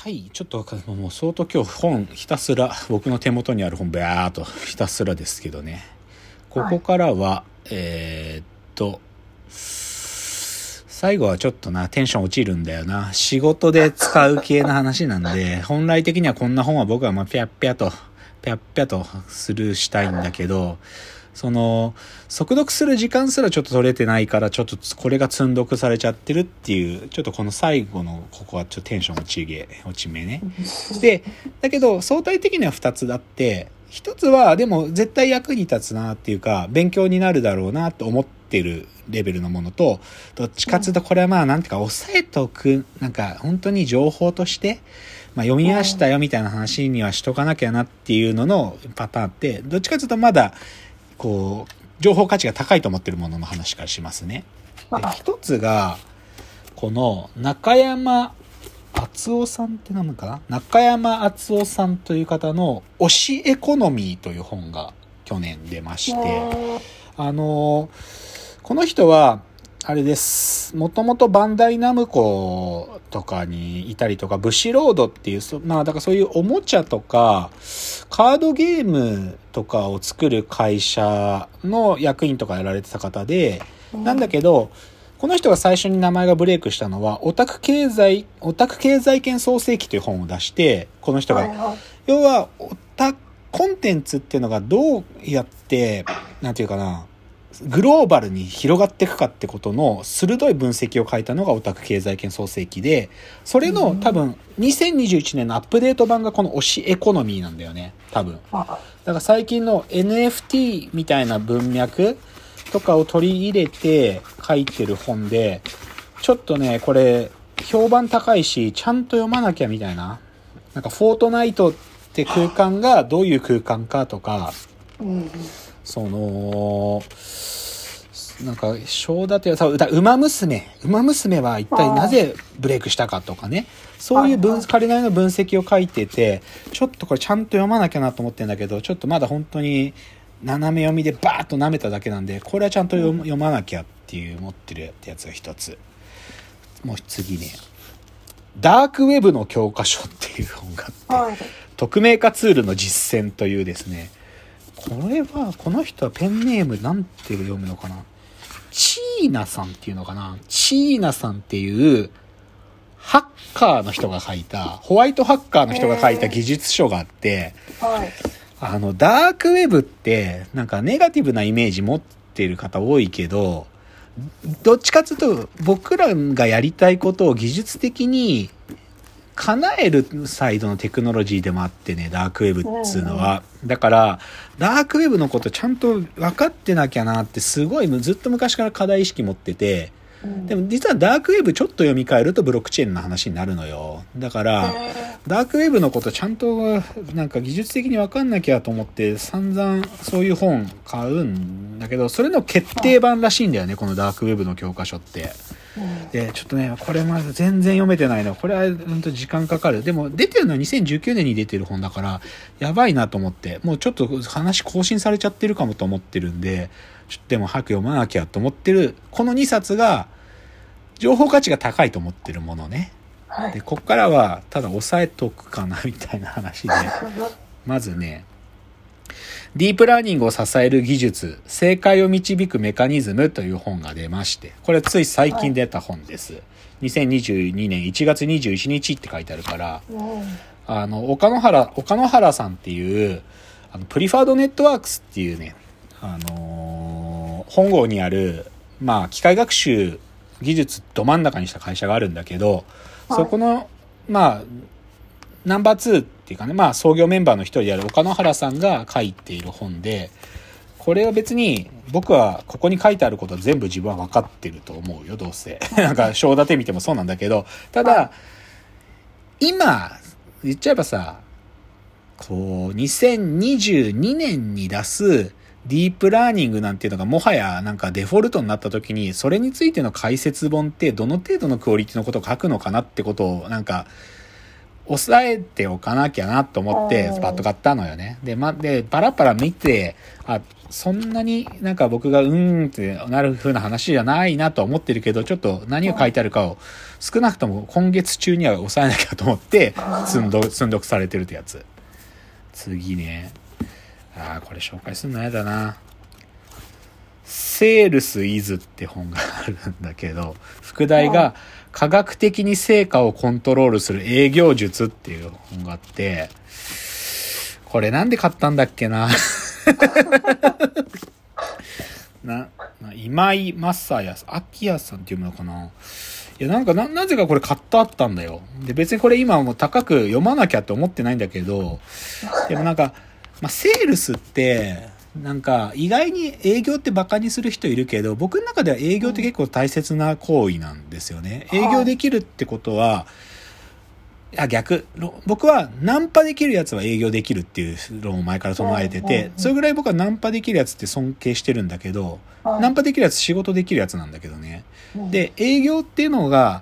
はい、ちょっともう相当今日本ひたすら僕の手元にある本バーっとひたすらですけどね、ここからは、最後はちょっとなテンション落ちるんだよな。仕事で使う系の話なんで本来的にはこんな本は僕はピャッピャとスルーしたいんだけど、その速読する時間すらちょっと取れてないから、ちょっとこれが積んどくされちゃってるっていう、ちょっとこの最後のここはちょっとテンション落ち目ね。でだけど相対的には2つあって、1つはでも絶対役に立つなっていうか勉強になるだろうなと思ってるレベルのものと、どっちかっていうとこれはなんていうか抑えておく、なんか本当に情報として読みましたよみたいな話にはしとかなきゃなっていうののパターンって、どっちかというとまだこう情報価値が高いと思ってるものの話からしますね。で一つがこの中山敦夫さんって名前かな、中山敦夫さんという方の推しエコノミーという本が去年出まして、この人はあれです。もともとバンダイナムコとかにいたりとか、ブシロードっていう、だからそういうおもちゃとか、カードゲームとかを作る会社の役員とかやられてた方で、なんだけど、この人が最初に名前がブレイクしたのは、オタク経済圏創世記という本を出して、この人が、要は、コンテンツっていうのがどうやって、なんていうかな、グローバルに広がっていくかってことの鋭い分析を書いたのがオタク経済圏創世記で、それの多分2021年のアップデート版がこの推しエコノミーなんだよね、多分。だから最近の NFT みたいな文脈とかを取り入れて書いてる本で、ちょっとねこれ評判高いしちゃんと読まなきゃみたいな。なんかフォートナイトって空間がどういう空間かとか、なんか章立ては馬娘は一体なぜブレイクしたかとかね、そういう彼なりの分析を書いてて、ちょっとこれちゃんと読まなきゃなと思ってるんだけど、ちょっとまだ本当に斜め読みでバーッと舐めただけなんで、これはちゃんと読まなきゃっていう思ってるってやつが一つ。もう次ね、ダークウェブの教科書っていう本があって、匿名化ツールの実践というですね、これはこの人はペンネームなんて読むのかな、チーナさんっていうのかな、チーナさんっていうハッカーの人が書いた、ホワイトハッカーの人が書いた技術書があって、ダークウェブってなんかネガティブなイメージ持ってる方多いけど、どっちかというと僕らがやりたいことを技術的に叶えるサイドのテクノロジーでもあってね、ダークウェブっつうのは。だからダークウェブのことちゃんと分かってなきゃなってすごいずっと昔から課題意識持ってて、でも実はダークウェブちょっと読み替えるとブロックチェーンの話になるのよ。だからダークウェブのことちゃんとなんか技術的に分かんなきゃと思って散々そういう本買うんだけど、それの決定版らしいんだよね、このダークウェブの教科書って。でちょっとねこれまだ全然読めてないの。これは本当時間かかる。でも出てるのは2019年に出てる本だからやばいなと思って、もうちょっと話更新されちゃってるかもと思ってるんで、ちょっとでも早く読まなきゃと思ってるこの2冊が情報価値が高いと思ってるものね。でこっからはただ押さえとくかなみたいな話で、まずね、ディープラーニングを支える技術、正解を導くメカニズムという本が出まして、これつい最近出た本です。2022年1月21日って書いてあるから、岡野原さんっていうプリファードネットワークスっていうね、本郷にある機械学習技術ど真ん中にした会社があるんだけど、そこのナンバー2っていうかね、創業メンバーの一人である岡野原さんが書いている本で、これは別に僕はここに書いてあることは全部自分は分かってると思うよ、どうせなんか章立て見てもそうなんだけど、ただ今言っちゃえばさ、こう2022年に出すディープラーニングなんていうのがもはやなんかデフォルトになった時に、それについての解説本ってどの程度のクオリティのことを書くのかなってことをなんか抑えておかなきゃなと思ってバッと買ったのよね。で、パラパラ見て、そんなになんか僕がってなる風な話じゃないなとは思ってるけど、ちょっと何が書いてあるかを少なくとも今月中には抑えなきゃと思って積読されてるってやつ。次ね。これ紹介するのやだな。セールスイズって本があるんだけど、副題が科学的に成果をコントロールする営業術っていう本があって、これなんで買ったんだっけな。今井正也さん、秋谷さんっていうのかな。いや、なぜかこれ買ってあったんだよ。で、別にこれ今はもう高く読まなきゃって思ってないんだけど、でもセールスって、意外に営業ってバカにする人いるけど、僕の中では営業って結構大切な行為なんですよね。営業できるってことは、僕はナンパできるやつは営業できるっていう論を前から唱えてて、それぐらい僕はナンパできるやつって尊敬してるんだけど、ナンパできるやつ仕事できるやつなんだけどね。で、営業っていうのが、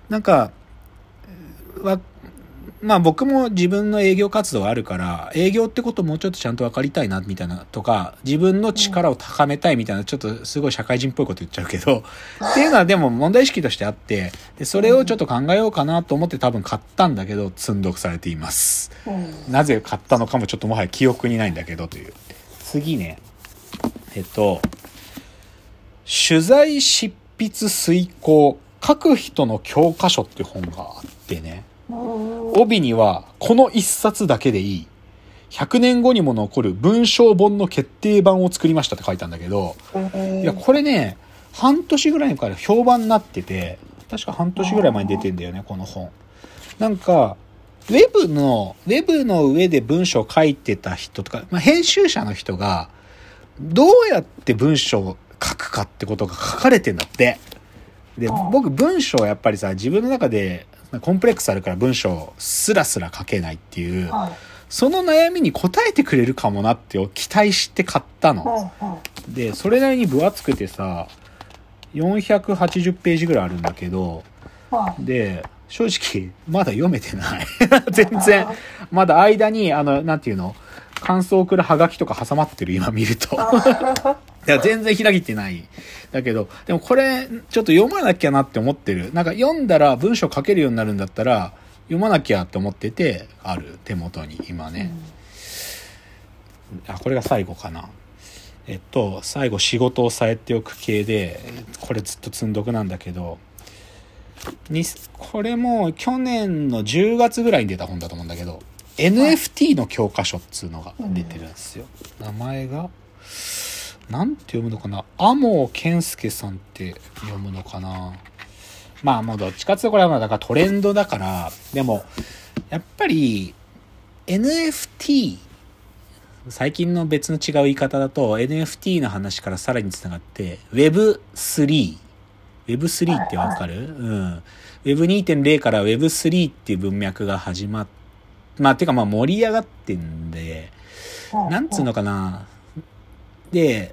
僕も自分の営業活動があるから、営業ってことをもうちょっとちゃんと分かりたいな、みたいなとか、自分の力を高めたいみたいな、ちょっとすごい社会人っぽいこと言っちゃうけど、っていうのはでも問題意識としてあって、でそれをちょっと考えようかなと思って多分買ったんだけど、積んどくされています。なぜ買ったのかもちょっともはや記憶にないんだけどという。次ね。取材執筆遂行、書く人の教科書っていう本があってね。帯にはこの一冊だけでいい100年後にも残る文章本の決定版を作りましたって書いたんだけど、いやこれね半年ぐらいから評判になってて、確か半年ぐらい前に出てんだよねこの本。ウェブの上で文章を書いてた人とか、編集者の人がどうやって文章を書くかってことが書かれてんだって。で僕文章はやっぱりさ、自分の中でコンプレックスあるから文章スラスラ書けないっていう、その悩みに応えてくれるかもなって期待して買ったの。で、それなりに分厚くてさ、480ページぐらいあるんだけど、で、正直まだ読めてない。全然。まだ間に、感想を送るハガキとか挟まってる今見ると。いや全然開いてない。だけど、でもこれちょっと読まなきゃなって思ってる。読んだら文章書けるようになるんだったら読まなきゃって思ってて、ある手元に今ね。これが最後かな。最後仕事をさえておく系で、これずっと積んどくなんだけど、これも去年の10月ぐらいに出た本だと思うんだけど、NFT の教科書っつうのが出てるんですよ。名前がなんて読むのかな、天尾健介さんって読むのかな。もうどっちかっていうとこれはだからトレンドだから、でもやっぱり NFT、 最近の別の違う言い方だと NFT の話からさらにつながって Web3 ってわかる？Web2.0 から Web3 っていう文脈が始まってか盛り上がってんで、なんつうのかな。で、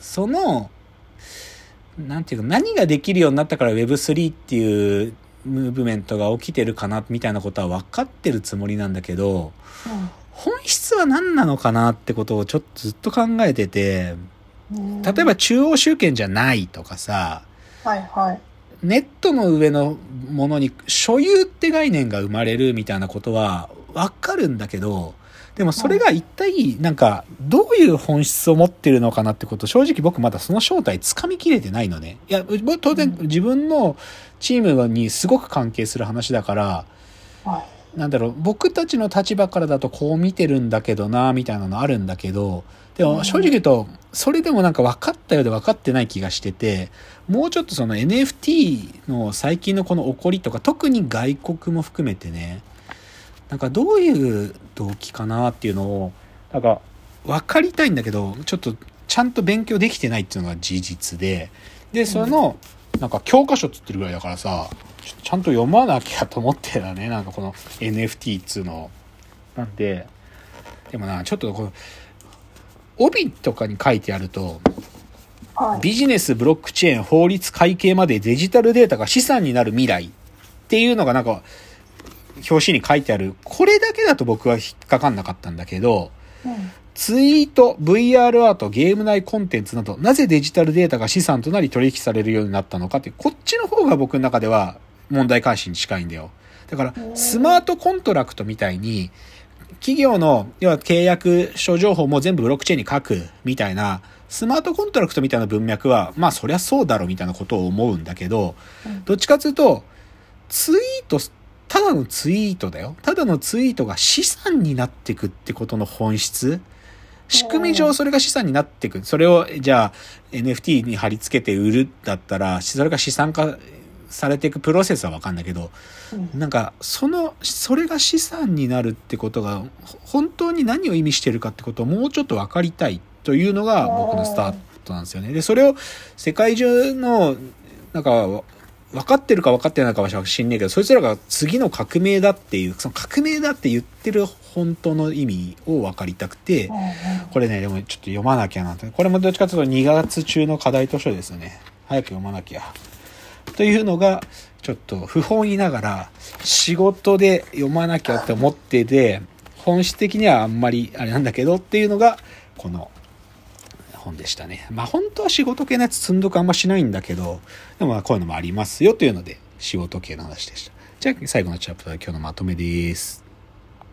何ができるようになったから Web3 っていうムーブメントが起きてるかなみたいなことは分かってるつもりなんだけど、本質は何なのかなってことをちょっとずっと考えてて、例えば中央集権じゃないとかさ、ネットの上のものに所有って概念が生まれるみたいなことは分かるんだけど、でもそれが一体どういう本質を持ってるのかなってこと、正直僕まだその正体つかみきれてないのね。いや当然自分のチームにすごく関係する話だから、僕たちの立場からだとこう見てるんだけどなみたいなのあるんだけど、でも正直言うとそれでも分かったようで分かってない気がしてて、もうちょっとその NFT の最近のこの起こりとか、特に外国も含めてね、どういう動機かなっていうのを分かりたいんだけど、ちょっとちゃんと勉強できてないっていうのが事実で、その教科書っつってるぐらいだからさ、ちゃんと読まなきゃと思ってだね。この NFT っつうのなんで、でもちょっとこの帯とかに書いてあると、ビジネス、ブロックチェーン、法律、会計までデジタルデータが資産になる未来っていうのが表紙に書いてある、これだけだと僕は引っかかんなかったんだけど、ツイート、VR アート、ゲーム内コンテンツなど、なぜデジタルデータが資産となり取引されるようになったのかって、こっちの方が僕の中では問題関心に近いんだよ。だから、スマートコントラクトみたいに、企業の、要は契約書情報も全部ブロックチェーンに書くみたいな、スマートコントラクトみたいな文脈は、まあそりゃそうだろみたいなことを思うんだけど、どっちかというと、ツイート、ただのツイートだよ。ただのツイートが資産になっていくってことの本質。仕組み上それが資産になっていく。それを、じゃあ NFT に貼り付けて売るだったら、それが資産化されていくプロセスはわかんないけど、なんか、それが資産になるってことが、本当に何を意味しているかってことをもうちょっと分かりたいというのが僕のスタートなんですよね。で、それを世界中の、なんか、分かってるか分かってないかは知んねえけど、そいつらが次の革命だっていう、その革命だって言ってる本当の意味を分かりたくて、これね、でもちょっと読まなきゃなと。これもどっちかというと2月中の課題図書ですよね。早く読まなきゃ。というのが、ちょっと不本意ながら仕事で読まなきゃって思ってて、本質的にはあんまりあれなんだけどっていうのがこの本でしたね。まあ本当は仕事系のやつ積んどくあんましないんだけど、でもまあこういうのもありますよというので仕事系の話でした。じゃあ最後のチャプター今日のまとめです。